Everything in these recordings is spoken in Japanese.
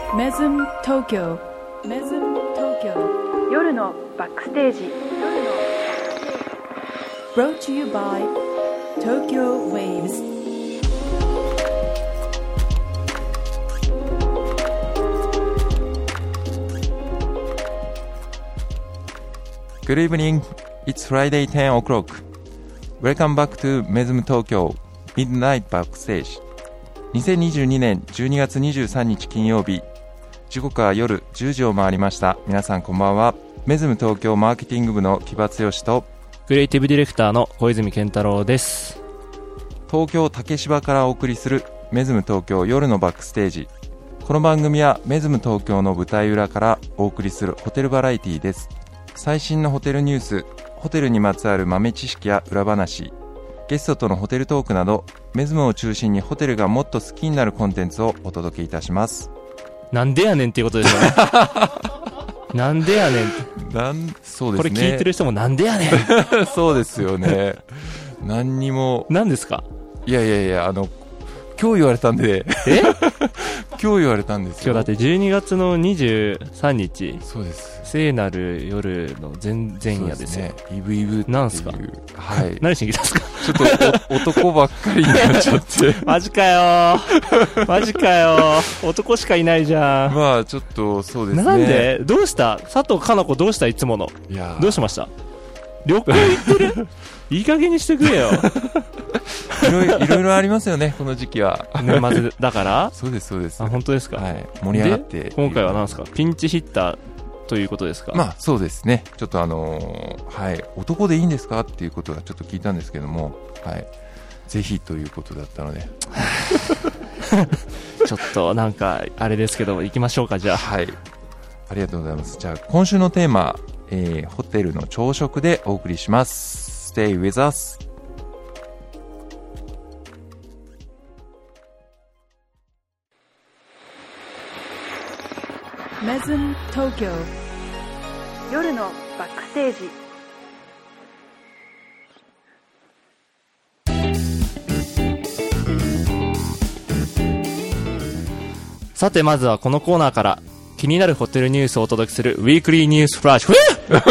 メズム東京夜のバックステージBrought to you by Tokyo Waves。 Good evening. It's Friday 10 o'clock. Welcome back to Mesm Tokyo Midnight Backstage。 2022年12月23日金曜日、時刻は夜10時を回りました。皆さんこんばんは。メズム東京マーケティング部の木場剛とクリエイティブディレクターの小泉健太郎です。 東京竹芝からお送りするメズム東京夜のバックステージ。この番組はメズム東京の舞台裏からお送りするホテルバラエティです。最新のホテルニュース、ホテルにまつわる豆知識や裏話、ゲストとのホテルトークなど、メズムを中心にホテルがもっと好きになるコンテンツをお届けいたします。 なんでやねんっていうことですよね。なんでやねん。 そうですね。 これ聞いてる人もなんでやねん。 そうですよね。何にも。 何ですか。 いや今日言われたんで。今日言われたんですよ。 今日だって12月の23日。 そうです。 聖なる夜の前夜ですよ。 イブイブっていう。 なんすか。 はい。 何しに来たんですか。 ちょっと男ばっかりになっちゃって。 マジかよ。マジかよ。男しかいないじゃん。 まあちょっとそうですね。 なんでどうした佐藤かな子どうしたいつもの。いやどうしました。旅行行ってる。いい加減にしてくれよ。 いろいろありますよね、この時期は。 年末だからそうですそうです。 あ、本当ですか。 はい、盛り上がって今回は何ですか。ピンチヒッターということですか。 まあそうですね。ちょっとはい、男でいいんですかっていうことがちょっと聞いたんですけども、はい、ぜひということだったのでちょっとなんかあれですけど行きましょうか。じゃあ、 はい、ありがとうございます。じゃあ今週のテーマ、ホテルの朝食でお送りします。Stay with us。 メズム東京夜のバックステージ。 さてまずはこのコーナーから気になるホテルニュースをお届けするウィークリーニュースフラッシュ。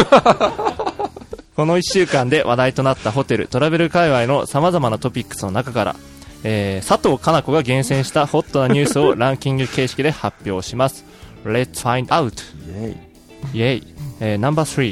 この1週間で話題となったホテルトラベル界隈の様々なトピックスの中から、佐藤かな子が厳選したホットなニュースをランキング形式で発表します。 Let's find out。 イエイ。No.3、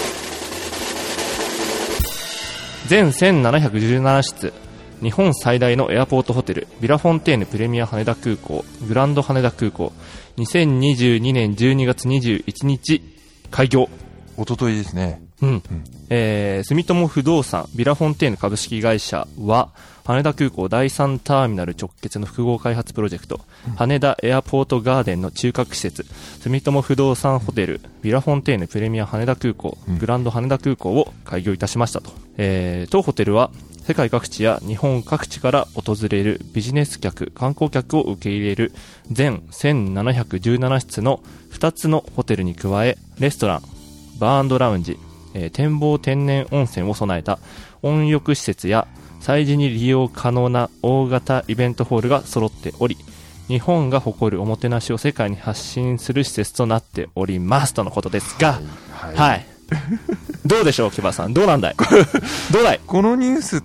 全1717室、日本最大のエアポートホテルビラフォンテーヌプレミア羽田空港グランド羽田空港、2022年12月21日開業。 おとといですね。 住友不動産ビラフォンテーヌ株式会社は羽田空港第3ターミナル直結の複合開発プロジェクト、羽田エアポートガーデンの中核施設住友不動産ホテルビラフォンテーヌプレミア羽田空港、グランド羽田空港を開業いたしましたと。当ホテルは世界各地や日本各地から訪れるビジネス客観光客を受け入れる全1717室の2つのホテルに加え、レストラン、バー&ラウンジ、展望天然温泉を備えた温浴施設や催事に利用可能な大型イベントホールが揃っており、日本が誇るおもてなしを世界に発信する施設となっておりますとのことですが、はい、どうでしょう木場さん、どうなんだい。どうだいこのニュースって、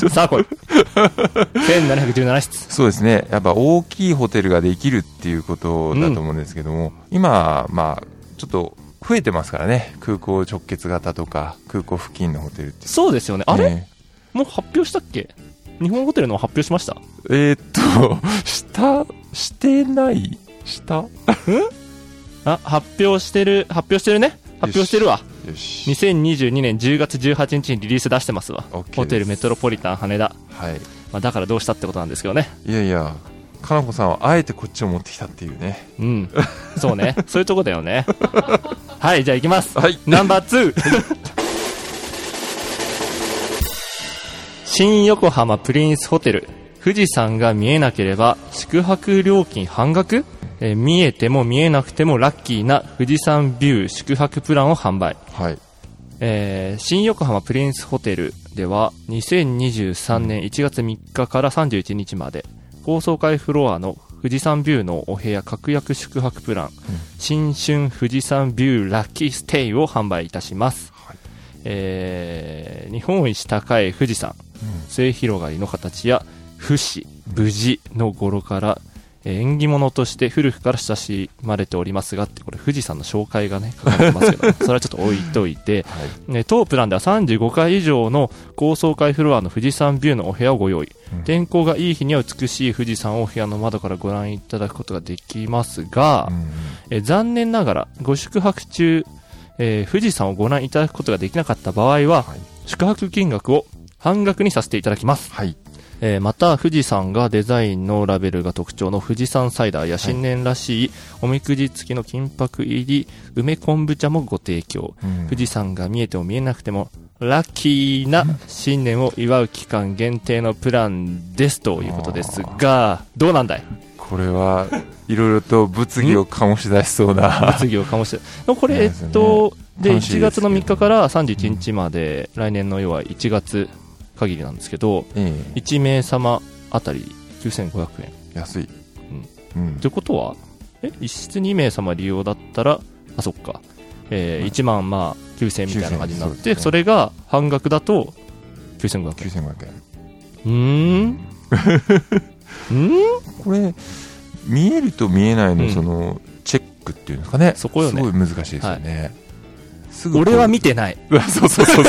さあこれ1717室。 そうですね。やっぱ大きいホテルができるっていうことだと思うんですけども、今まあちょっと増えてますからね。空港直結型とか空港付近のホテルって。 そうですよね。あれ、もう発表したっけ。日本ホテルの発表しました。 してないした発表してるね。発表してるわ。よし。2022年10月18日にリリース出してますわ。ホテルメトロポリタン羽田。はい。だからどうしたってことなんですけどね。 いやいや、かなこさんはあえてこっちを持ってきたっていうね。 そうね。そういうとこだよね。はい、じゃあ行きます。 はい。 ナンバー2。新横浜プリンスホテル。富士山が見えなければ宿泊料金半額。見えても見えなくてもラッキーな富士山ビュー宿泊プランを販売。はい。新横浜プリンスホテルでは2023年1月3日から31日まで高層階フロアの富士山ビューのお部屋確約宿泊プラン、新春富士山ビューラッキーステイを販売いたします。はい、日本一高い富士山、末広がりの形や富士、無事の語呂から、縁起物として古くから親しまれておりますがって、これ富士山の紹介がね書かれてますけどそれはちょっと置いといて、はい、当プランでは35階以上の高層階フロアの富士山ビューのお部屋をご用意、天候がいい日には美しい富士山をお部屋の窓からご覧いただくことができますが、残念ながらご宿泊中、富士山をご覧いただくことができなかった場合は、はい、宿泊金額を半額にさせていただきます。はい、また富士山がデザインのラベルが特徴の富士山サイダーや新年らしいおみくじ付きの金箔入り梅昆布茶もご提供、富士山が見えても見えなくてもラッキーな新年を祝う期間限定のプランですということですが、どうなんだい？ これはいろいろと物議を醸し出しそうな物議を醸し出これで1月の3日から31日まで、来年の要は1月限りなんですけど、1名様あたり9500円安い、 ってことは1室2名様利用だったらそっか、1万まあ9000円みたいな感じになって、それが半額だと9500円。 これ見えると見えないの、そのチェックっていうんですかね、 そこよね、 すごい難しいですよね。はい、 俺は見てない。 そう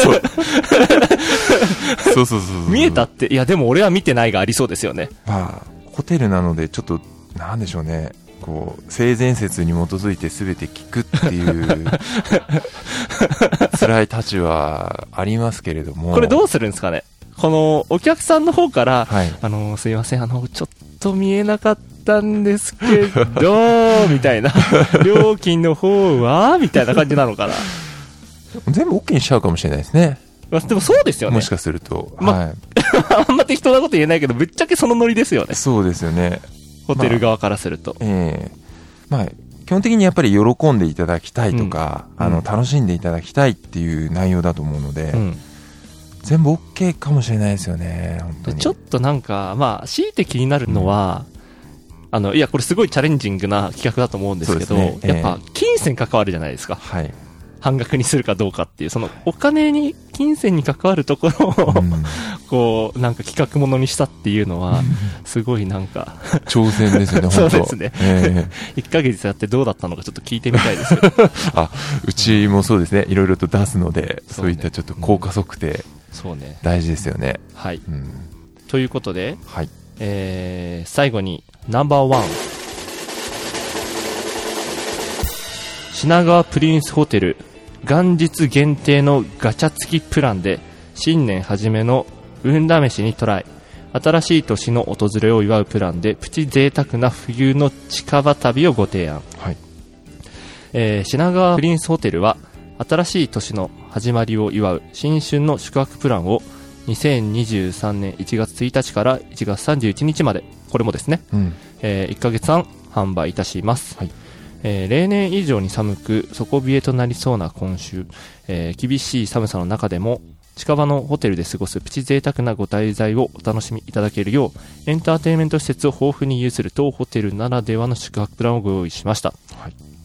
見えたって、いやでも俺は見てないがありそうですよね。 まあホテルなのでちょっとなんでしょうね、こう性善説に基づいて全て聞くっていう辛い立場はありますけれども、 これどうするんですかね。このお客さんの方から、はい、すいません、ちょっと見えなかったんですけどみたいな料金の方はみたいな感じなのかな。 全部 OK にしちゃうかもしれないですね。 でもそうですよね、 もしかすると、 はい、あんま適当なこと言えないけどぶっちゃけそのノリですよね。 そうですよね、 ホテル側からすると、 まあ、基本的にやっぱり喜んでいただきたいとか、楽しんでいただきたいっていう内容だと思うので、全部 OK かもしれないですよね。本当にちょっとなんか、まあ、強いて気になるのは、いやこれすごいチャレンジングな企画だと思うんですけど、やっぱ金銭関わるじゃないですか、はい、半額にするかどうかっていう、そのお金に金銭に関わるところを、こうなんか企画ものにしたっていうのはすごいなんか挑戦ですよね。 そうですね、1ヶ月やってどうだったのかちょっと聞いてみたいですけどうちもそうですね、いろいろと出すので、そういったちょっと効果測定、 そうね、 大事ですよね。 はい、ということで、 はい、 最後にナンバーワン、品川プリンスホテル元日限定のガチャ付きプランで新年初めの運試しにトライ、新しい年の訪れを祝うプランでプチ贅沢な冬の近場旅をご提案、はい、品川プリンスホテルは新しい年の始まりを祝う新春の宿泊プランを2023年1月1日から1月31日まで、これもですね、1ヶ月半販売いたします、はい、例年以上に寒く底冷えとなりそうな今週、厳しい寒さの中でも近場のホテルで過ごすプチ贅沢なご滞在をお楽しみいただけるようエンターテインメント施設を豊富に有する当ホテルならではの宿泊プランをご用意しました、はい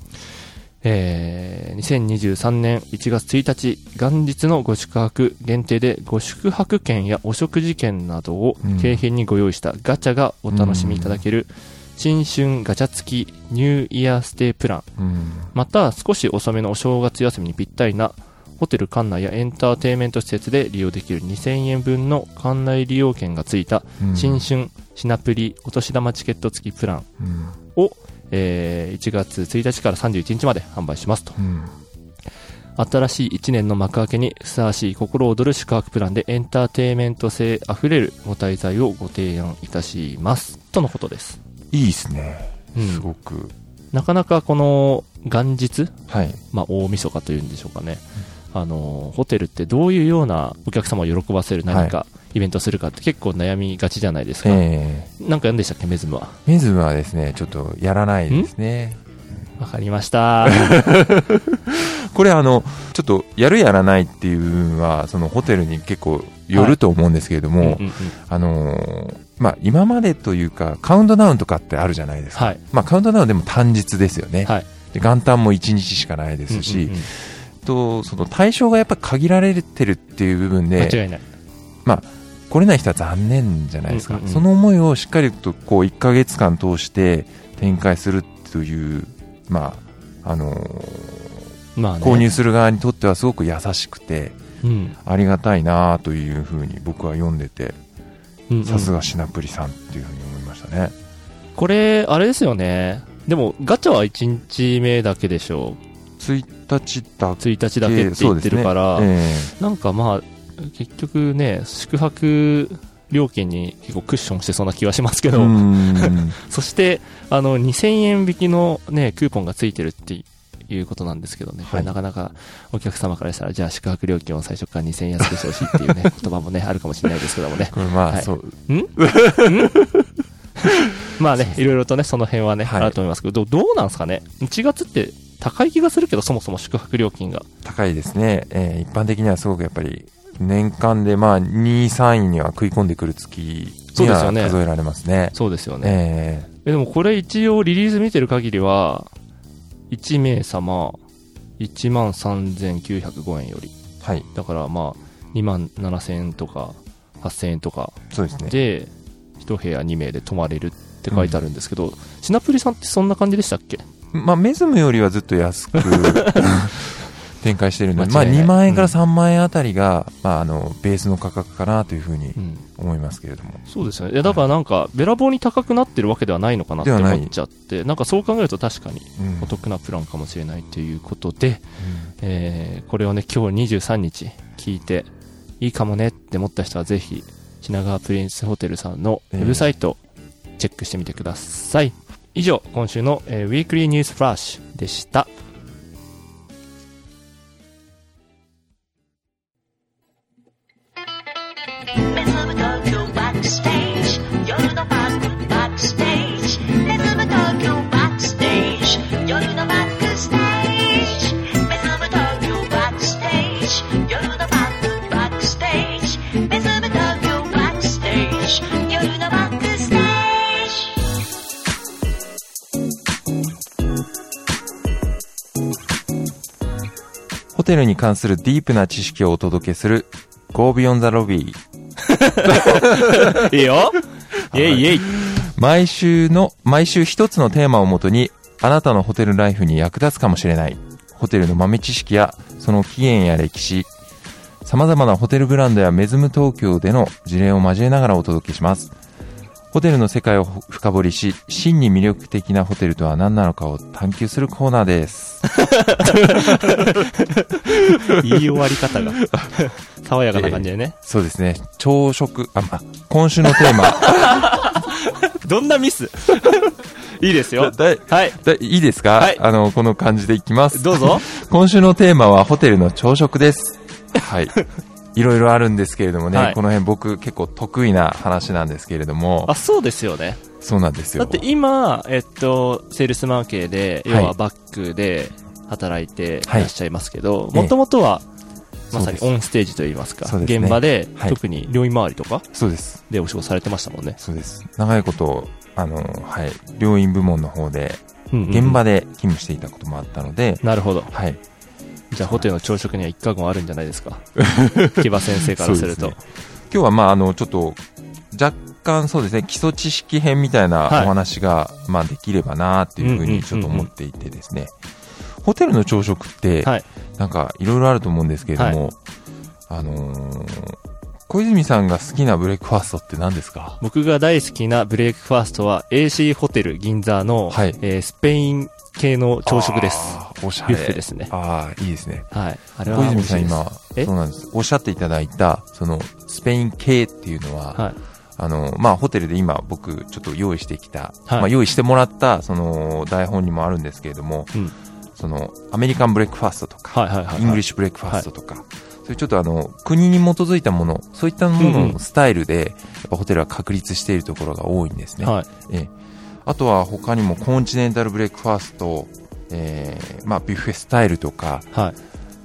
、2023年1月1日元日のご宿泊限定でご宿泊券やお食事券などを景品にご用意したガチャがお楽しみいただける新春ガチャ付きニューイヤーステイプラン、また少し遅めのお正月休みにぴったりなホテル館内やエンターテインメント施設で利用できる2000円分の館内利用券がついた新春シナプリお年玉チケット付きプランを、1月1日から31日まで販売しますと、新しい1年の幕開けにふさわしい心躍る宿泊プランでエンターテインメント性あふれるご滞在をご提案いたしますとのことです。 いいですね、すごくなかなかこの元日、 はい、 まあ、大晦日というんでしょうかね、ホテルってどういうようなお客様を喜ばせる何かイベントするかって結構悩みがちじゃないですか、なんかやんでしたっけ、メズムは。 メズムはですね、ちょっとやらないですね。 わかりましたこれちょっとやるやらないっていう部分はそのホテルに結構よると思うんですけれども、まあ、今までというかカウントダウンとかってあるじゃないですか、まあ、カウントダウンでも単日ですよね、で元旦も1日しかないですし、その対象がやっぱり限られてるっていう部分で、 間違いない、 まあ、来れない人は残念じゃないですか、その思いをしっかりとこう1ヶ月間通して展開するという、まあ購入する側にとってはすごく優しくて、ありがたいなというふうに僕は読んでて、さすがシナプリさんっていうふうに思いましたね。 これあれですよね。でもガチャは1日目だけでしょう。1 日だけって言ってるから、なんかまあ結局ね、宿泊料金に結構クッションしてそうな気はしますけどそして2000円引きの、ね、クーポンがついてるっていうことなんですけどね、これなかなかお客様からしたら、じゃあ宿泊料金を最初から2000円安くしてほしいっていうね言葉もねあるかもしれないですけどもね、 これまあ、そうまあね、いろいろとねその辺はね、あると思いますけど、どうなんですかね。1月って高い気がするけど、そもそも宿泊料金が高いですね。一般的にはすごくやっぱり年間でまあ2位3位には食い込んでくる月には数えられますね。 そうですよね。でもこれ一応リリース見てる限りは1名様13,905円より、だからまあ27,000円とか8,000円とかで1部屋2名で泊まれるって書いてあるんですけど、シナプリさんってそんな感じでしたっけ？ まあ、メズムよりはずっと安く展開してるので、まあ、2万円から3万円あたりが、まあ、ベースの価格かなというふうに思いますけれども、 そうですよね。だからなんかべらぼうに高くなってるわけではないのかなって思っちゃって、なんかそう考えると確かにお得なプランかもしれないということで、これをね今日23日聞いていいかもねって思った人はぜひ品川プリンスホテルさんのウェブサイトチェックしてみてください。以上、今週の、ウィークリーニュースフラッシュでした。 ホテルに関するディープな知識をお届けする Go Beyond the Lobby いいよ、イェイイェイ。 毎週一つのテーマをもとにあなたのホテルライフに役立つかもしれないホテルの豆知識やその起源や歴史、様々なホテルブランドやメズム東京での事例を交えながらお届けします。ホテルの世界を深掘りし、真に魅力的なホテルとは何なのかを探求するコーナーです。 いい終わり方が爽やかな感じでね、 そうですね。朝食、今週のテーマどんなミスいいですよ。 いいですか、はい、この感じでいきます。 どうぞ。 今週のテーマはホテルの朝食です。はい。いろいろあるんですけれどもね、この辺僕結構得意な話なんですけれども。 そうですよね。 そうなんですよ。 だって今、セールスマーケで、要はバックで働いていらっしゃいますけど、もともとは、まさにオンステージといいますか、現場で、特に病院周りとかでお仕事されてましたもんね。 そうです。長いこと、病院部門の方で、現場で勤務していたこともあったので。 なるほど。はい。じゃあホテルの朝食には一過言あるんじゃないですか。木場先生からすると。 今日はちょっと若干そうですね、基礎知識編みたいなお話ができればなっていうふうにちょっと思っていてですね、ホテルの朝食ってなんかいろいろあると思うんですけれども、小泉さんが好きなブレイクファーストって何ですか？ 僕が大好きなブレイクファーストは AC ホテル銀座の、スペイン系の朝食です。 おしゃれ。 ビュッフェですね。 いいですね。 はい。あれは小泉さん今、そうなんです。おっしゃっていただいた、その、スペイン系っていうのは、ホテルで今僕ちょっと用意してきた、用意してもらった、その、台本にもあるんですけれども、その、アメリカンブレックファーストとか、イングリッシュブレックファーストとか、そういうちょっと国に基づいたもの、そういったもののスタイルで、やっぱホテルは確立しているところが多いんですね。あとは他にもコンチネンタルブレックファースト、ビュッフェスタイルとか、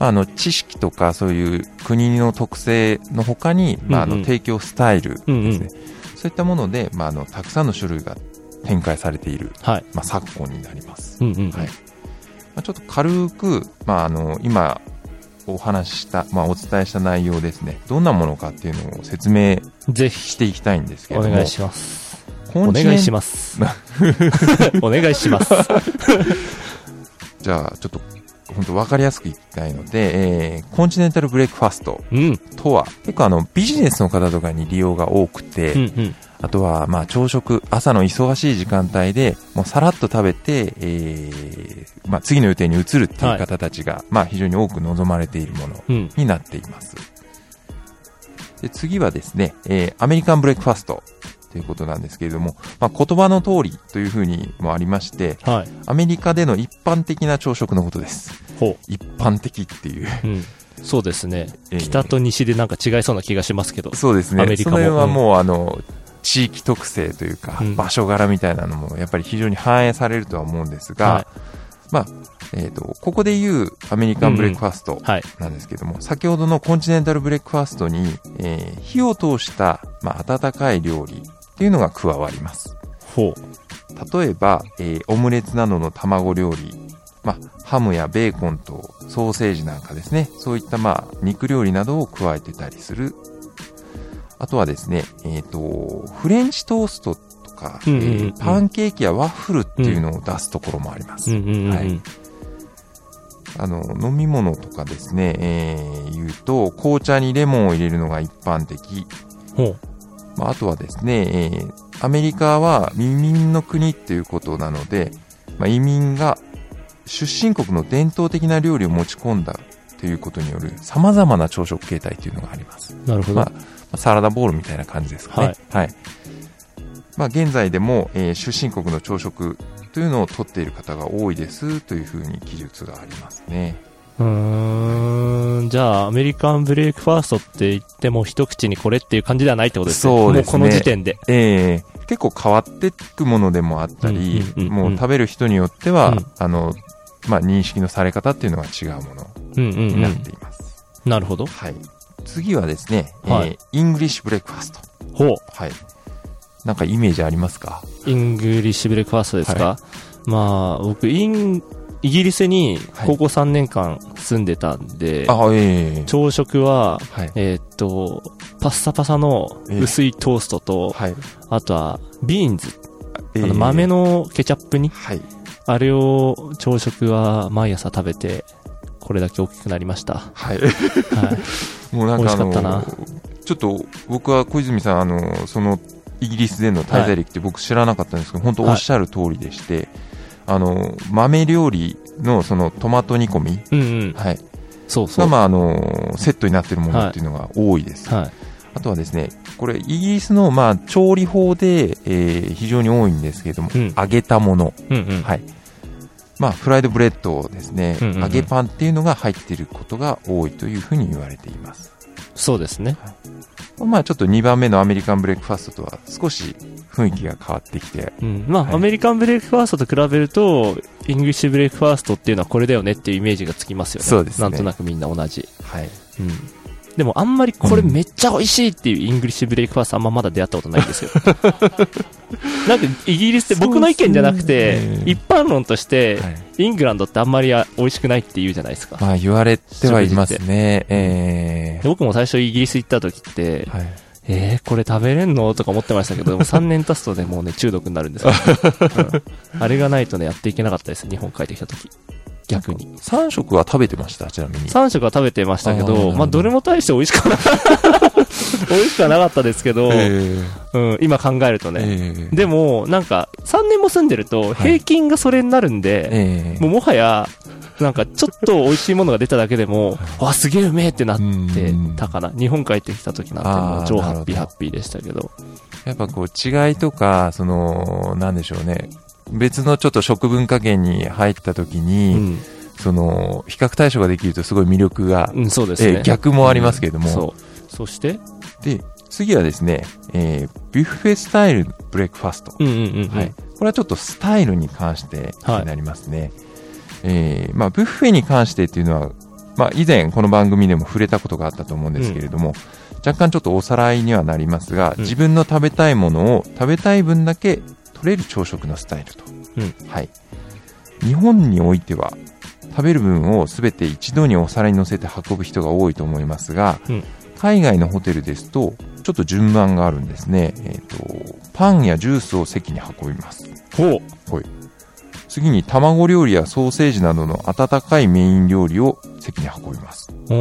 知識とかそういう国の特性の他に、提供スタイルですね、そういったもので、たくさんの種類が展開されている、昨今になります。ちょっと軽く、今お話しした、お伝えした内容ですね、どんなものかっていうのを説明していきたいんですけれども、 お願いします。お願いしますお願いしますじゃあちょっと本当分かりやすくいきたいので、コンチネンタルブレックファストとは、結構ビジネスの方とかに利用が多くて、あとは朝食、朝の忙しい時間帯でもうさらっと食べて、次の予定に移るっていう方たちが、非常に多く望まれているものになっています。で、次はですね、アメリカンブレックファストということなんですけれども、言葉の通りというふうにもありまして、アメリカでの一般的な朝食のことです。一般的っていう、 そうですね、北と西でなんか違いそうな気がしますけど、 そうですね、アメリカもその辺はもう地域特性というか、場所柄みたいなのもやっぱり非常に反映されるとは思うんですが、ここでいうアメリカンブレックファストなんですけども、先ほどのコンチネンタルブレックファストに、火を通した、温かい料理っていうのが加わります。例えば、オムレツなどの卵料理、ハムやベーコンとソーセージなんかですね、そういった肉料理などを加えてたりする。あとはですね、フレンチトーストとか、パンケーキやワッフルっていうのを出すところもあります。飲み物とかですね、言うと紅茶にレモンを入れるのが一般的。あとはですね、アメリカは移民の国っていうことなので、移民が出身国の伝統的な料理を持ち込んだということによる様々な朝食形態というのがあります。 なるほど。 サラダボウルみたいな感じですかね。現在でも、出身国の朝食というのを取っている方が多いですというふうに記述がありますね。 じゃあアメリカンブレイクファーストって言っても一口にこれっていう感じではないってことですね。 そうですね。 もうこの時点で。 結構変わっていくものでもあったり、もう食べる人によっては、認識のされ方っていうのが違うものになっています。 なるほど。 次はですね、イングリッシュブレックファスト。なんかイメージありますか？ イングリッシュブレックファーストですか？僕イギリスに高校3年間住んでたんで、朝食は、パッサパサの薄いトーストと、あとはビーンズ、豆のケチャップ煮、あれを朝食は毎朝食べてこれだけ大きくなりました。 もうなんか美味しかったな。 ちょっと僕は小泉さんそのイギリスでの滞在歴って僕知らなかったんですけど、本当おっしゃる通りでして、豆料理のそのトマト煮込み、がセットになっているものっていうのが多いです。あとはですね、これイギリスの調理法で、非常に多いんですけれども、揚げたもの、フライドブレッドですね、揚げパンっていうのが入っていることが多いというふうに言われています。 そうですね。 ちょっと2番目のアメリカンブレックファストとは少し雰囲気が変わってきて、 アメリカンブレックファーストと比べるとイングリッシュブレックファーストっていうのはこれだよねっていうイメージがつきますよね。 そうですね。 なんとなくみんな同じ。でもあんまりこれめっちゃ美味しいっていうイングリッシュブレイクファーストあんままだ出会ったことないんですよなんかイギリスって僕の意見じゃなくて、一般論としてイングランドってあんまり美味しくないって言うじゃないですか。 言われてはいますね。 僕も最初イギリス行った時って、これ食べれんのとか思ってましたけど、でも3年経つとね、もうね中毒になるんですよ、あれがないとねやっていけなかったです、日本帰ってきた時。逆に 3食は食べてました？ちなみに 3食は食べてましたけど、どれも大して美味しくはなかったですけど、今考えるとね、でもなんか3年も住んでると平均がそれになるんで、もはやなんかちょっと美味しいものが出ただけでもわすげえうめえってなってたかな。日本帰ってきた時なんてもう超ハッピーでしたけど、 やっぱこう違いとかなんでしょうね、別のちょっと食文化圏に入った時に、比較対象ができるとすごい魅力が、 そうですね、 逆もありますけれども、 そしてで次はですね、ビュッフェスタイルブレックファスト、これはちょっとスタイルに関してになりますね。ビュッフェに関してっていうのは以前この番組でも触れたことがあったと思うんですけれども、若干ちょっとおさらいにはなりますが、自分の食べたいものを食べたい分だけ取れる朝食のスタイルと、はい。日本においては食べる分をすべて一度にお皿に乗せて運ぶ人が多いと思いますが、海外のホテルですとちょっと順番があるんですね。パンやジュースを席に運びます。次に卵料理やソーセージなどの温かいメイン料理を席に運びます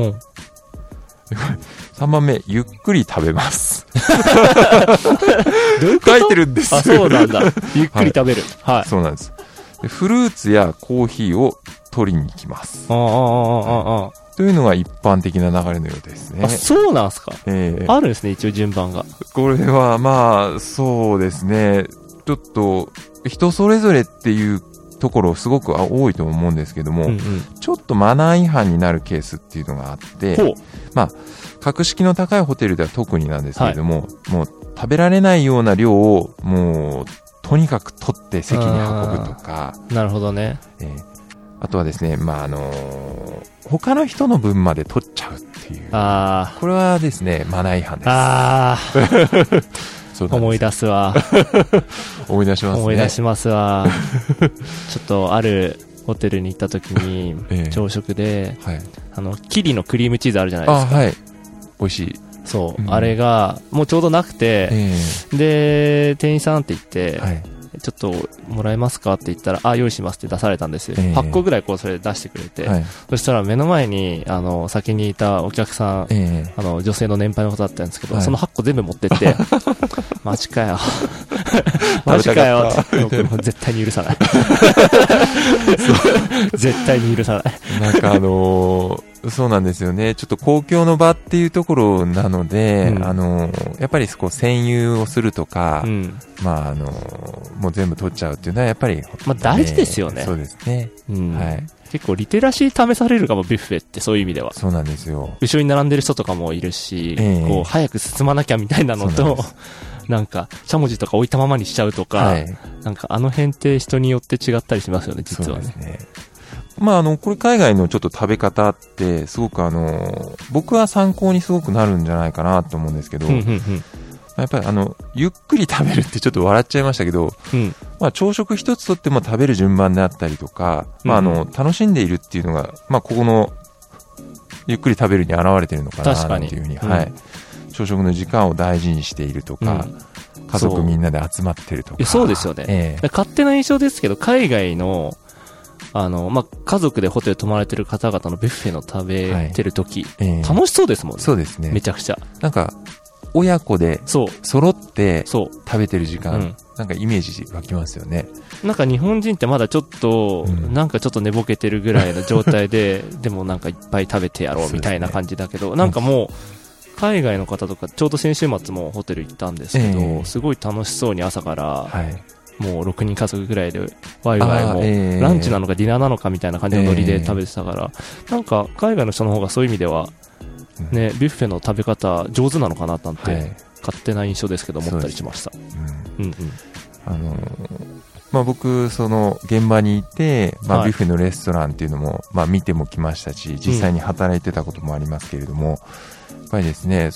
。3番目、ゆっくり食べます。 どういうこと？ 書いてるんです。 あ、そうなんだ。ゆっくり食べる。はい。 そうなんです。でフルーツやコーヒーを取りに行きます。というのが一般的な流れのようですね。 あ、そうなんすか。あるんですね、一応順番が。 これはそうですね。ちょっと人それぞれっていうところすごく多いと思うんですけども、ちょっとマナー違反になるケースっていうのがあって、格式の高いホテルでは特になんですけれども、もう食べられないような量をもうとにかく取って席に運ぶとか。 なるほどね。 あとはですね、他の人の分まで取っちゃうっていう。これはですね、マナー違反です。 思い出すわ。 思い出しますね。 思い出しますわ。ちょっとあるホテルに行った時に、朝食で、キリのクリームチーズあるじゃないですか。 美味しい。 そう、あれがもうちょうどなくて、で店員さんって言って、ちょっともらえますかって言ったら、用意しますって出されたんですよ。8個ぐらいそれ出してくれて、そしたら目の前に先にいたお客さん、女性の年配の方だったんですけど、その8個全部持ってってマジかよマジかよって僕絶対に許さない絶対に許さない。 そうなんですよね。ちょっと公共の場っていうところなので、やっぱり占有をするとか、もう全部取っちゃうっていうのはやっぱり、 大事ですよね。 そうですね。 結構リテラシー試されるかも、ビュッフェってそういう意味では。 そうなんですよ。 後ろに並んでる人とかもいるし、早く進まなきゃみたいなのと、なんかしゃもじとか置いたままにしちゃうとか、なんか辺って人によって違ったりしますよね、実はね。 そうですね。これ海外のちょっと食べ方ってすごく僕は参考にすごくなるんじゃないかなと思うんですけど、やっぱりゆっくり食べるってちょっと笑っちゃいましたけど、朝食一つとっても食べる順番であったりとか、楽しんでいるっていうのが、ここのゆっくり食べるに現れているのかなっていうふうに、朝食の時間を大事にしているとか、家族みんなで集まってるとか。 そうですよね。勝手な印象ですけど、海外の家族でホテル泊まれてる方々のビュッフェの食べてる時、楽しそうですもんね。 そうですね。 めちゃくちゃ。 なんか、親子で、揃って食べてる時間、なんかイメージ湧きますよね。 なんか日本人ってまだちょっと、なんかちょっと寝ぼけてるぐらいの状態で、でもなんかいっぱい食べてやろうみたいな感じだけど、なんかもう、海外の方とか、ちょうど先週末もホテル行ったんですけど、すごい楽しそうに朝から、もう6人家族ぐらいでワイワイもランチなのかディナーなのかみたいな感じのノリで食べてたから、なんか海外の人の方がそういう意味ではね、ビュッフェの食べ方上手なのかななんて勝手な印象ですけど思ったりしました。 僕その現場にいて、ビュッフェのレストランっていうのも見てもきましたし、実際に働いてたこともありますけれども、やっぱりですね、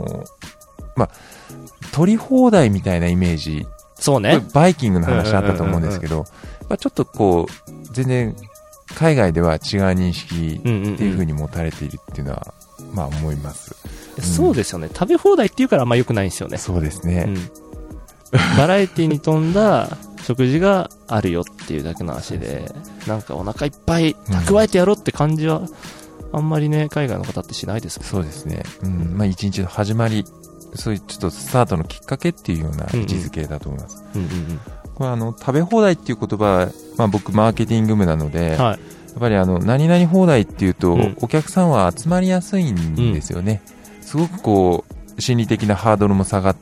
取り放題みたいなイメージ、 そうね。 バイキングの話あったと思うんですけど、ちょっと全然海外では違う認識っていう風に持たれているっていうのは、思います。 そうですよね。食べ放題っていうから良くないんですよね。 そうですね。 バラエティに富んだ食事があるよっていうだけの話で、なんかお腹いっぱい蓄えてやろうって感じは、あんまりね、海外の方ってしないですもんね。 そうですね。一日の始まり、そういうちょっとスタートのきっかけっていうような位置づけだと思います。これ食べ放題っていう言葉、僕マーケティング部なので、やっぱり何々放題っていうと、お客さんは集まりやすいんですよね。すごく心理的なハードルも下がって、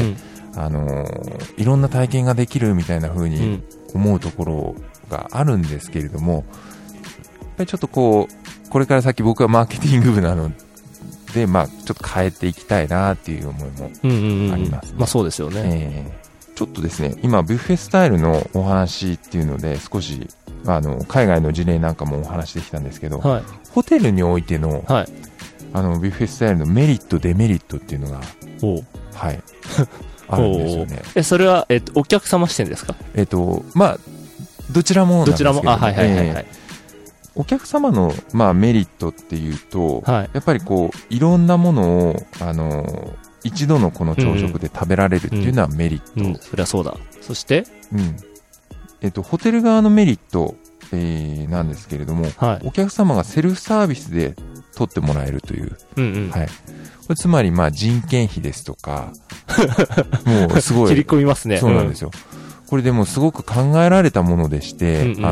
いろんな体験ができるみたいな風に思うところがあるんですけれども、やっぱりちょっとこれから先僕はマーケティング部なので、ちょっと変えていきたいなっていう思いもありますね。 そうですよね。 ちょっとですね、今ビュッフェスタイルのお話っていうので少し海外の事例なんかもお話できたんですけど、 はい。 ホテルにおいての、 はい。 ビュッフェスタイルのメリット、デメリットっていうのが、 おう。 はい、あるんですよね。 それは、お客様視点ですか？ まあ、どちらもなんですけど、 どちらも、はいはいはいはい。 お客様の、まあ、メリットっていうと、 はい。 やっぱりこう、いろんなものを、一度のこの朝食で食べられるっていうのはメリット。 うん、そりゃそうだ。そして、 ホテル側のメリット、なんですけれども、 はい。 お客様がセルフサービスで取ってもらえるという。 うんうん。 はい。これつまり、まあ、人件費ですとか、もうすごい。 切り込みますね。 そうなんですよ。これでもすごく考えられたものでして、 うんうん、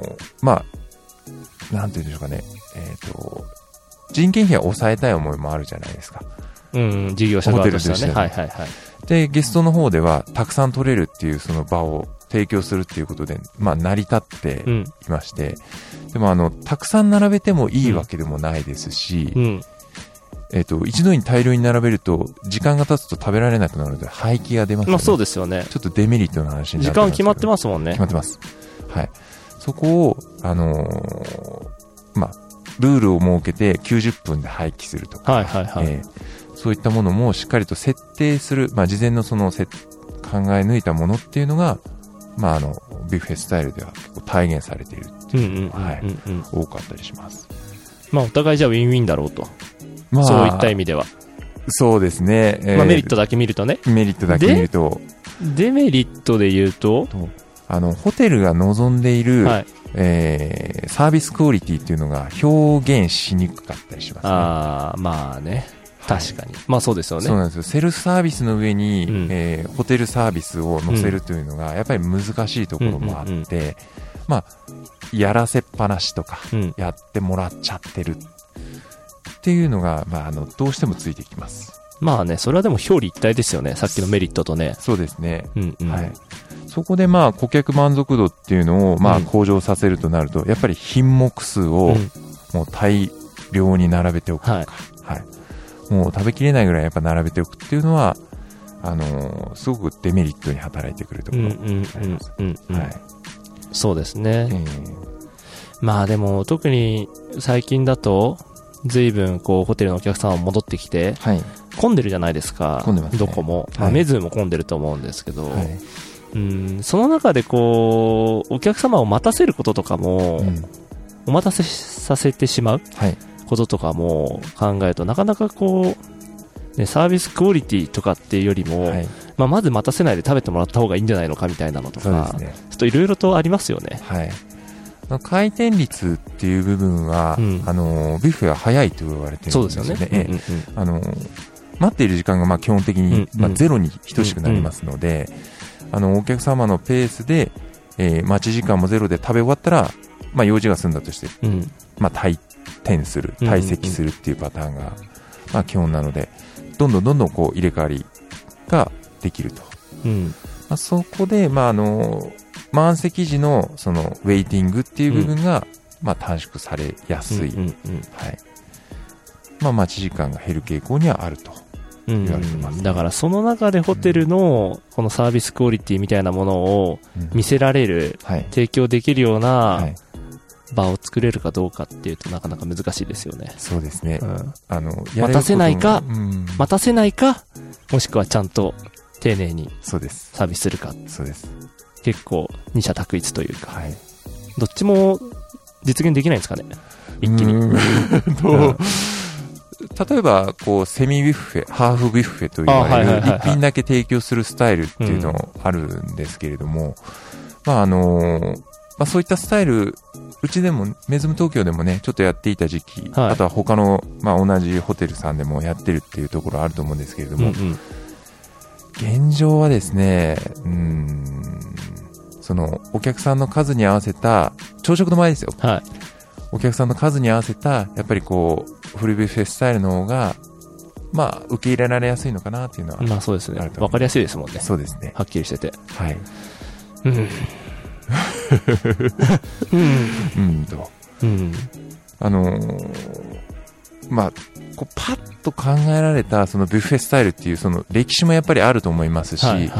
まあ、なんていうんでしょうかね。人件費は抑えたい思いもあるじゃないですか。 うん、事業者側としてはね。はいはいはい。 で、ゲストの方では、たくさん取れるっていうその場を提供するっていうことで、まあ、成り立っていまして、でもたくさん並べてもいいわけでもないですし、一度に大量に並べると、時間が経つと食べられなくなるので、廃棄が出ますよね。 まあそうですよね。 ちょっとデメリットの話になってます。 時間決まってますもんね。 決まってます。はい。そこを、まあ、ルールを設けて90分で廃棄するとか、 はいはいはい。 そういったものもしっかりと設定する、まあ、事前の考え抜いたものっていうのが、まあ、ビュッフェスタイルでは結構体現されているっていう、多かったりします。 まあ、お互いじゃウィンウィンだろうと。まあ、そういった意味では。 そうですね。 まあ、メリットだけ見るとね。 メリットだけ見ると。 デメリットで言うと、 ホテルが望んでいる、 はい、 サービスクオリティっていうのが表現しにくかったりしますね。 ああ、まあね。確かに。まあそうですよね。 そうなんですよ。セルフサービスの上に、ホテルサービスを載せるというのが、やっぱり難しいところもあって、まあ、やらせっぱなしとか、やってもらっちゃってるっていうのが、まあ、どうしてもついてきます。 まあね、それはでも表裏一体ですよね。さっきのメリットとね。 そうですね。 はい。 そこでまあ、顧客満足度っていうのを、まあ、向上させるとなると、やっぱり品目数を、もう大量に並べておくとか、はい。もう食べきれないぐらいやっぱ並べておくっていうのは、すごくデメリットに働いてくるところになります。 そうですね。まあでも特に最近だと、随分こうホテルのお客さんも戻ってきて、混んでるじゃないですか。 混んでますね。 どこも。まあ、メズも混んでると思うんですけど、その中でこう、お客様を待たせることとかも、お待たせさせてしまう。こととかも考えるとなかなかこう、ね、サービスクオリティとかっていうよりも、まあ、まず待たせないで食べてもらった方がいいんじゃないのかみたいなのとか、ちょっといろいろとありますよね。 回転率っていう部分は、ビュッフェは早いと言われてるんですよね。そうですよね。待っている時間がまあ基本的に、ゼロに等しくなりますので、お客様のペースで、待ち時間もゼロで食べ終わったら、まあ、用事が済んだとして、まあ、退席するっていうパターンが、まあ、基本なので、どんどんこう入れ替わりができると。まあ、そこで、まあ、満席時のそのウェイティングっていう部分が、まあ、短縮されやすい。まあ、待ち時間が減る傾向にはあると言われてます。 だからその中でホテルのこのサービスクオリティみたいなものを見せられる、提供できるような、場を作れるかどうかっていうとなかなか難しいですよね。 そうですね。 待たせないか、待たせないか、もしくはちゃんと丁寧にサービスするか。 そうです。 結構二者択一というか、どっちも実現できないんですかね。一気に。 例えばこうセミビュッフェ、ハーフビュッフェと言われる一品だけ提供するスタイルっていうのあるんですけれども、まあまあ、そういったスタイル、うちでもメズム東京でもねちょっとやっていた時期、あとは他のまあ同じホテルさんでもやってるっていうところあると思うんですけれども、現状はですね、そのお客さんの数に合わせた朝食の前ですよ。お客さんの数に合わせたやっぱりこうフルビュッフェスタイルの方がまあ受け入れられやすいのかなっていうのは、 まあそうですね。わかりやすいですもんね。 そうですね。 はっきりしてて。 まあこうパッと考えられたそのビュッフェスタイルっていうその歴史もやっぱりあると思いますし、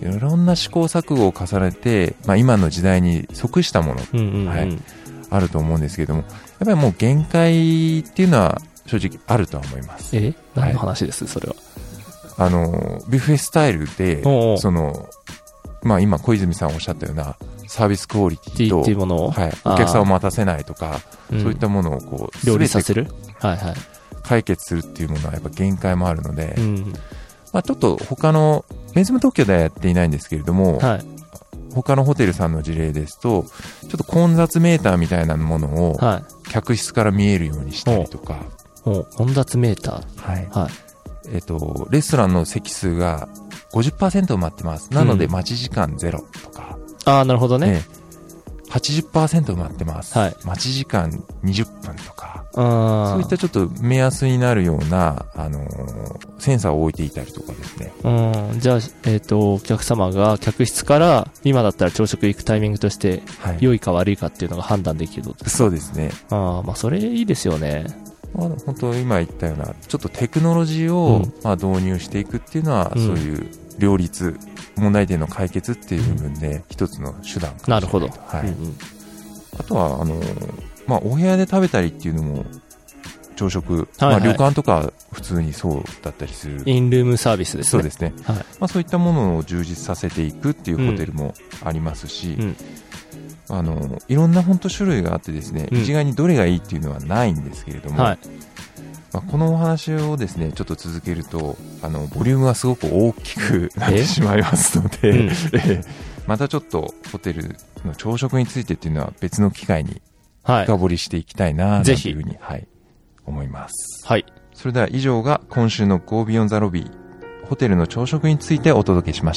けど、いろんな試行錯誤を重ねて、今の時代に即したもの、あると思うんですけども、やっぱりもう限界っていうのは正直あるとは思います。 何の話です、それは。 ビュッフェスタイルで、今小泉さんおっしゃったようなサービスクオリティと、 っていうものを、 お客さんを待たせないとか、そういったものをこう両立させる、 解決するっていうものはやっぱ限界もあるので、ちょっと他のメズム東京ではやっていないんですけれども、他のホテルさんの事例ですと、ちょっと混雑メーターみたいなものを客室から見えるようにしたりとか、 混雑メーター、 レストランの席数が 50% 埋まってます。なので待ち時間ゼロとか、 なるほどね。 80% 埋まってます。待ち時間20分とか、そういったちょっと目安になるような、センサーを置いていたりとかですね。 じゃあ、お客様が客室から今だったら朝食行くタイミングとして、良いか悪いかっていうのが判断できると。 そうですね。 それいいですよね。 本当今言ったようなちょっとテクノロジーを導入していくっていうのは、そういう両立、問題点の解決っていう部分で一つの手段かもしれない。 なるほど。 あとはお部屋で食べたりっていうのも朝食、旅館とか普通にそうだったりするインルームサービスですね。 そうですね。そういったものを充実させていくっていうホテルもありますし、いろんな本当種類があってですね、一概にどれがいいっていうのはないんですけれども、このお話をですねちょっと続けるとボリュームがすごく大きくなってしまいますので、またちょっとホテルの朝食についてっていうのは別の機会に深掘りしていきたいなというふうに、思います。それでは以上が今週の Go Beyond the Lobby ホテルの朝食についてお届けしました。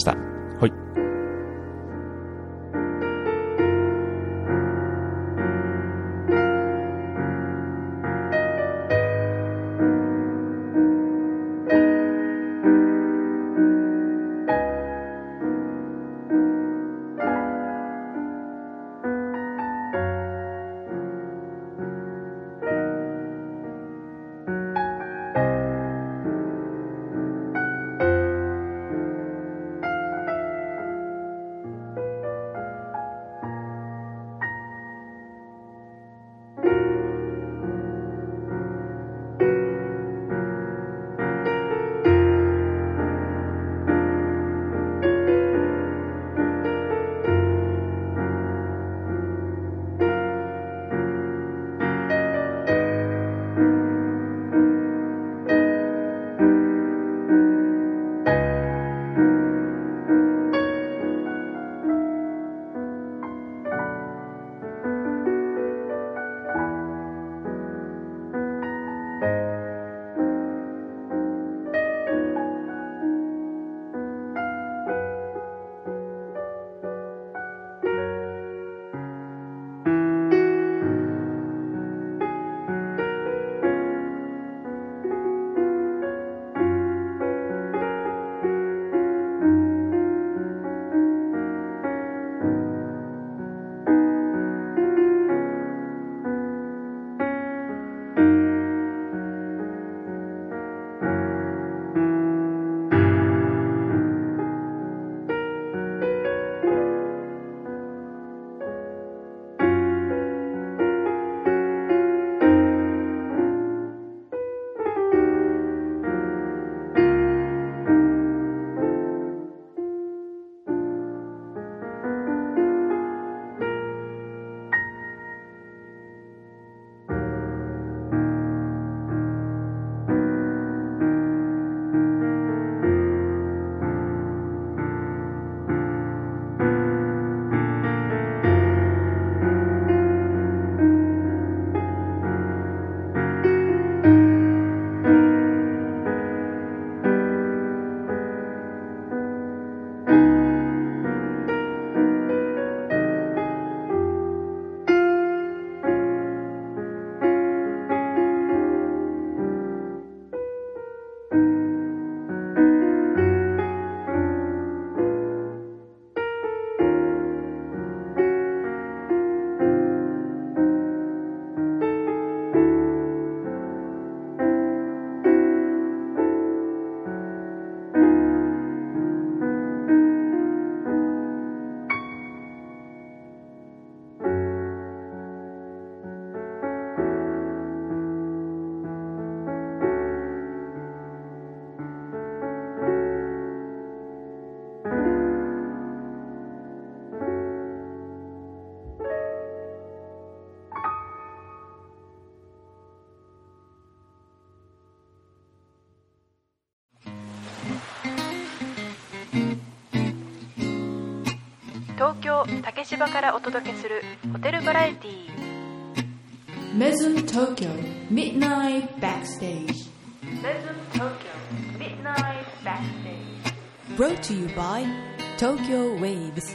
京竹芝からお届けするホテルバラエティー Mesm Tokyo Midnight Backstage Mesm Tokyo Midnight Backstage Brought to you by Tokyo Waves。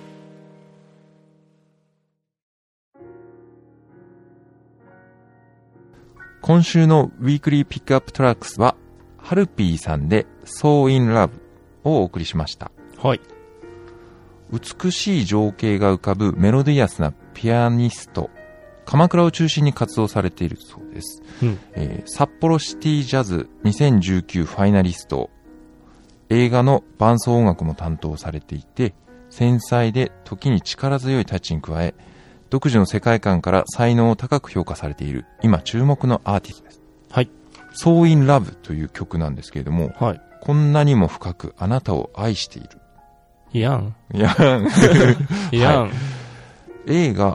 今週のウィークリーピックアップトラックスはハルピーさんで So in Love をお送りしました。 はい。 美しい情景が浮かぶメロディアスなピアニスト、鎌倉を中心に活動されているそうです。札幌シティジャズ2019ファイナリスト、映画の伴奏音楽も担当されていて、繊細で時に力強いタッチに加え、独自の世界観から才能を高く評価されている今注目のアーティストです。 はい。 So in Love という曲なんですけれども、 はい。 こんなにも深くあなたを愛している。 やん。 やん。 やん。 映画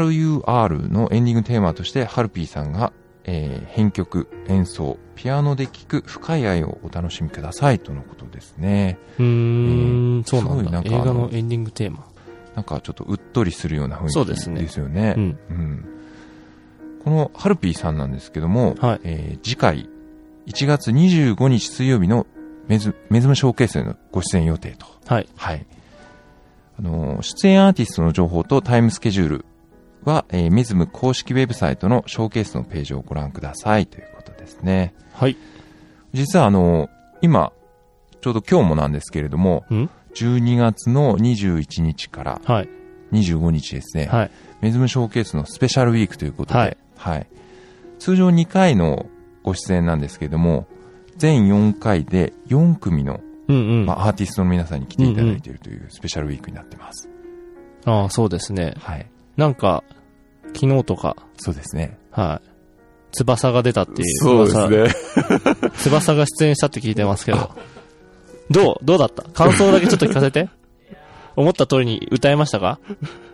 RUR のエンディングテーマとしてハルピーさんが、編曲、演奏、ピアノで聴く深い愛をお楽しみくださいとのことですね。 そうなんだ。 すごい映画のエンディングテーマ。 なんかちょっとうっとりするような雰囲気そうですね。 ですよね。このハルピーさんなんですけども、 はい。 次回1月25日水曜日のメズムショーケースへのご出演予定と。 はい。 はい。出演アーティストの情報とタイムスケジュールは、メズム公式ウェブサイトのショーケースのページをご覧くださいということですね。 はい。 実は今、ちょうど今日もなんですけれども、12月の21日から25日ですね、はい、メズムショーケースのスペシャルウィークということで、はいはい、通常2回のご出演なんですけれども、全4回で4組の、アーティストの皆さんに来ていただいているというスペシャルウィークになってます。 ああ、そうですね。 はい。 なんか、昨日とか。 そうですね。 はい。翼が出たっていう。 そうですね。 翼が出演したって聞いてますけど。どうだった？感想だけちょっと聞かせて。思った通りに歌えましたか？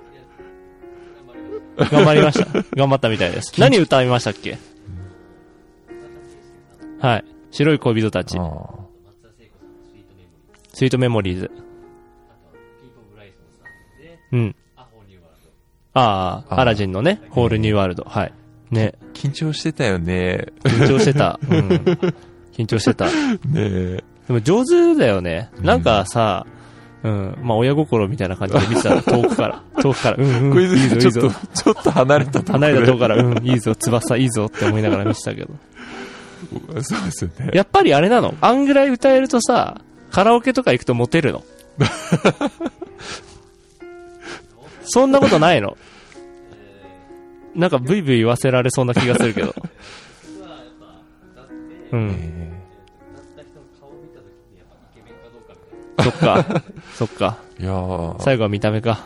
頑張りました。頑張ったみたいです。何歌いましたっけ？はい。白い恋人たち。スイートメモリーズ。うん。アラジンのね、ホールニューワールド。はい。ね。 緊張してたよね。 緊張してた。緊張してた。 ねでも上手だよね。なんかさ、まあ親心みたいな感じで見てたら遠くから。いいぞいいぞ。 ちょっと離れたところ。 離れたとこから、いいぞ、翼いいぞって思いながら見てたけど。 そうですよね。 やっぱりあれなの？あんぐらい歌えるとさ、カラオケとか行くとモテるの？そんなことないの？なんかブイブイ言わせられそうな気がするけど。そっか。 いやー、 最後は見た目か。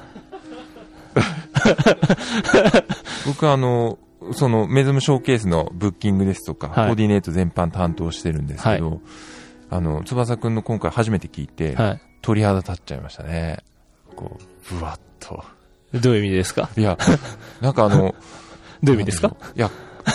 僕そのメズムショーケースのブッキングですとか、コーディネート全般担当してるんですけど、翼くんの今回初めて聞いて、鳥肌立っちゃいましたね。こう、ぶわっと。 どういう意味ですか？ いや、なんかどういう意味ですか？ いや、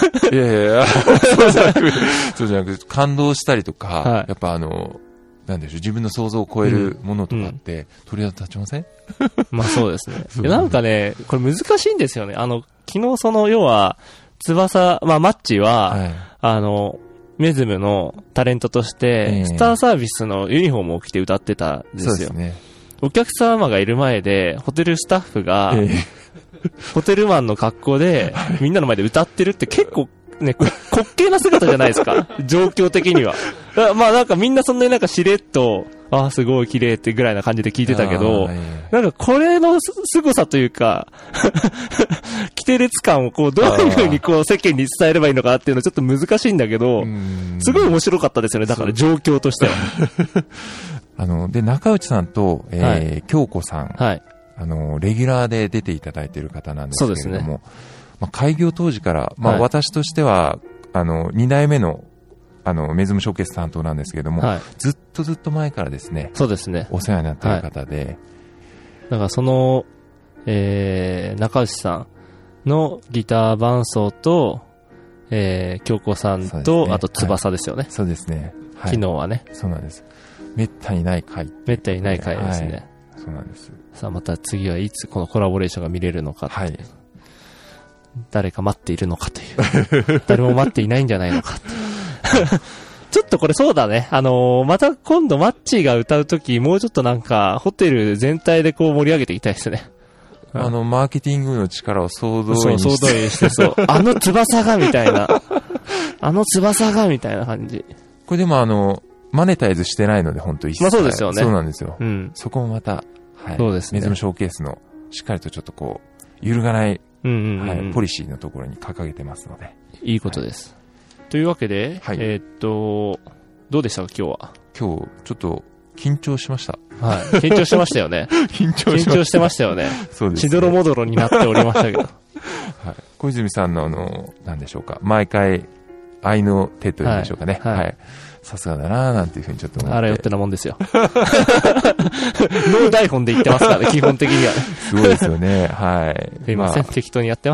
そうじゃなく、感動したりとか、やっぱなんでしょう、自分の想像を超えるものとかって、鳥肌立ちません？ まあそうですね。なんかね、これ難しいんですよね。昨日要は、翼、マッチは、メズムのタレントとして、スターサービスのユニフォームを着て歌ってたんですよ。そうですね。お客様がいる前で、ホテルスタッフが、ホテルマンの格好で、みんなの前で歌ってるって結構、ね、滑稽な姿じゃないですか。状況的には。まあなんかみんなそんなになんかしれっと、すごい綺麗ってぐらいな感じで聞いてたけど、なんかこれの凄さというか、規定列感をどういう風に世間に伝えればいいのかっていうのはちょっと難しいんだけど、すごい面白かったですよね。だから状況としては。 で、中内さんと、京子さん、レギュラーで出ていただいている方なんですけれども、開業当時から、私としては、2代目の、メズムショーケース担当なんですけれども、ずっと前からですね、 そうですね。 お世話になっている方で、 だから中内さんのギター伴奏と、京子さんと、あと翼ですよね。 そうですね。 昨日はね。 そうなんです。めったにない回。 めったにない回ですね。 そうなんです。 さあまた次はいつこのコラボレーションが見れるのか、 はい。 誰か待っているのかという誰も待っていないんじゃないのかっていうちょっとこれそうだね。また今度マッチーが歌うとき、もうちょっとなんか、ホテル全体でこう盛り上げていきたいですね。 マーケティングの力を総動員して。 そう、総動員して、そう。翼がみたいな。翼がみたいな感じ。 これでもマネタイズしてないので、本当一切。 まあそうですよね。 そうなんですよ。 うん。 そこもまた、はい。 そうですね。 メズムショーケースの、しっかりとちょっとこう、揺るがない、はい、ポリシーのところに掲げてますので。 いいことです。はい、というわけで、 はい、 どうでしたか、今日は。 今日、ちょっと、緊張しました。 はい。緊張してましたよね。 緊張してましたよね。 そうですね。 しどろもどろになっておりましたけど。はい。 小泉さんのなんでしょうか。毎回、愛の手というんでしょうかね。はい。さすがだなぁなんていうふうにちょっと思って。 あらよってなもんですよ。ノー台本で言ってますからね、基本的には。 すごいですよね。はい。 すいません、適当にやってます。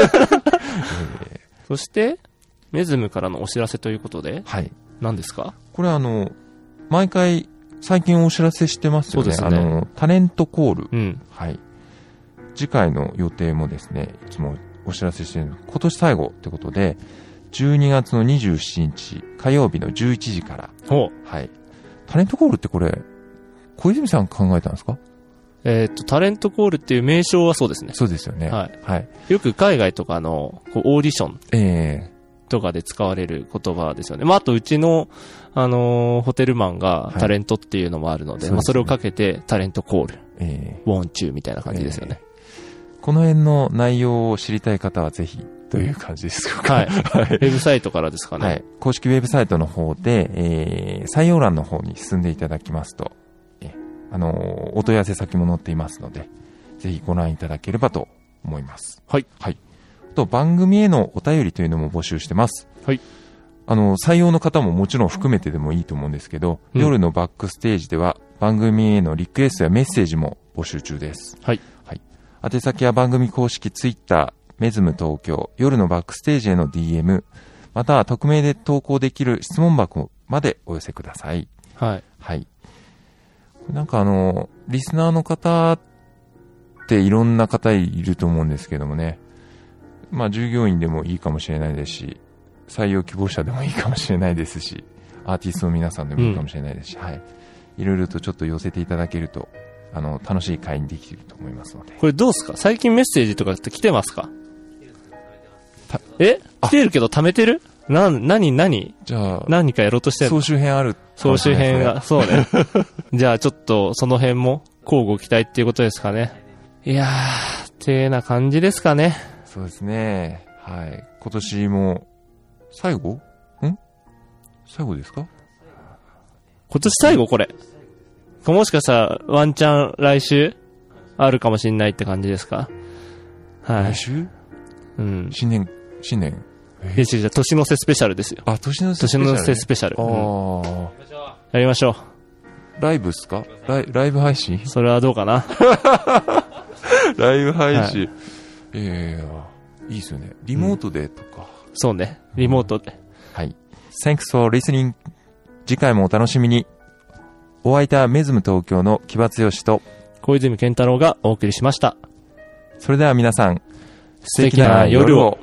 そして、メズムからのお知らせということで、はい。何ですか？ これ毎回、最近お知らせしてますよね。そうですね。タレントコール。うん。はい。次回の予定もですね、いつもお知らせしてる今年最後ってことで、12月の27日火曜日の11時から。はい。タレントコールってこれ、小泉さん考えたんですか？ タレントコールっていう名称はそうですね。 そうですよね。はい。はい。 よく海外とかのこうオーディション。とかで使われる言葉ですよね。まあ、あとうちの、ホテルマンがタレントっていうのもあるので、はい、まあ、それをかけてタレントコール。ウォンチューみたいな感じですよね。 この辺の内容を知りたい方はぜひという感じですか？ はい。ウェブサイトからですかね。はい。 公式ウェブサイトの方で、採用欄の方に進んでいただきますと、お問い合わせ先も載っていますので、ぜひご覧いただければと思います。 はい。 はい。と番組へのお便りというのも募集してます。 はい。 採用の方ももちろん含めてでもいいと思うんですけど、夜のバックステージでは番組へのリクエストやメッセージも募集中です。 はい。 はい。宛先は番組公式ツイッター、メズム東京、夜のバックステージへの DM、または匿名で投稿できる質問箱までお寄せください。 はい。 はい。なんかリスナーの方っていろんな方いると思うんですけどもね。まあ従業員でもいいかもしれないですし、採用希望者でもいいかもしれないですし、アーティストの皆さんでもいいかもしれないですし、はい。いろいろとちょっと寄せていただけると、楽しい会にできると思いますので。 これどうすか？最近メッセージとかって来てますか？来てるけど貯めてる？何じゃあ、 何かやろうとしてるの？ 総集編ある。 総集編が、そうね。じゃあちょっとその辺も交互期待っていうことですかね。いやー、てな感じですかね。 そうですね。はい。今年も、最後ですか？ 今年最後これ。もしかしたらワンチャン来週あるかもしれないって感じですか？はい。 来週？ うん。 新年。 じゃ年の瀬スペシャルですよ。 あ、年の瀬スペシャル。 ああ。やりましょう。ライブっすか？ライブ配信？ それはどうかな。 ライブ配信。はい、いいですよね。リモートでとか。 そうね。リモートで。 はい。Thanks for listening. 次回もお楽しみに。お相手はメズム東京の木場剛と小泉健太郎がお送りしました。 それでは皆さん、 素敵な夜を。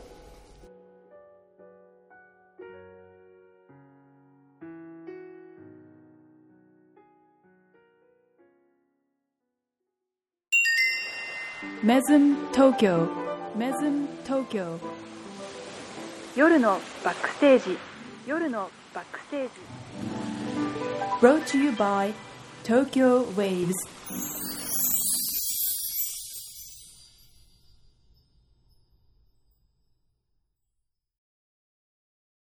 メズム東京、メズム東京。夜のバックステージ、夜のバックステージ。 Brought to you by Tokyo Waves.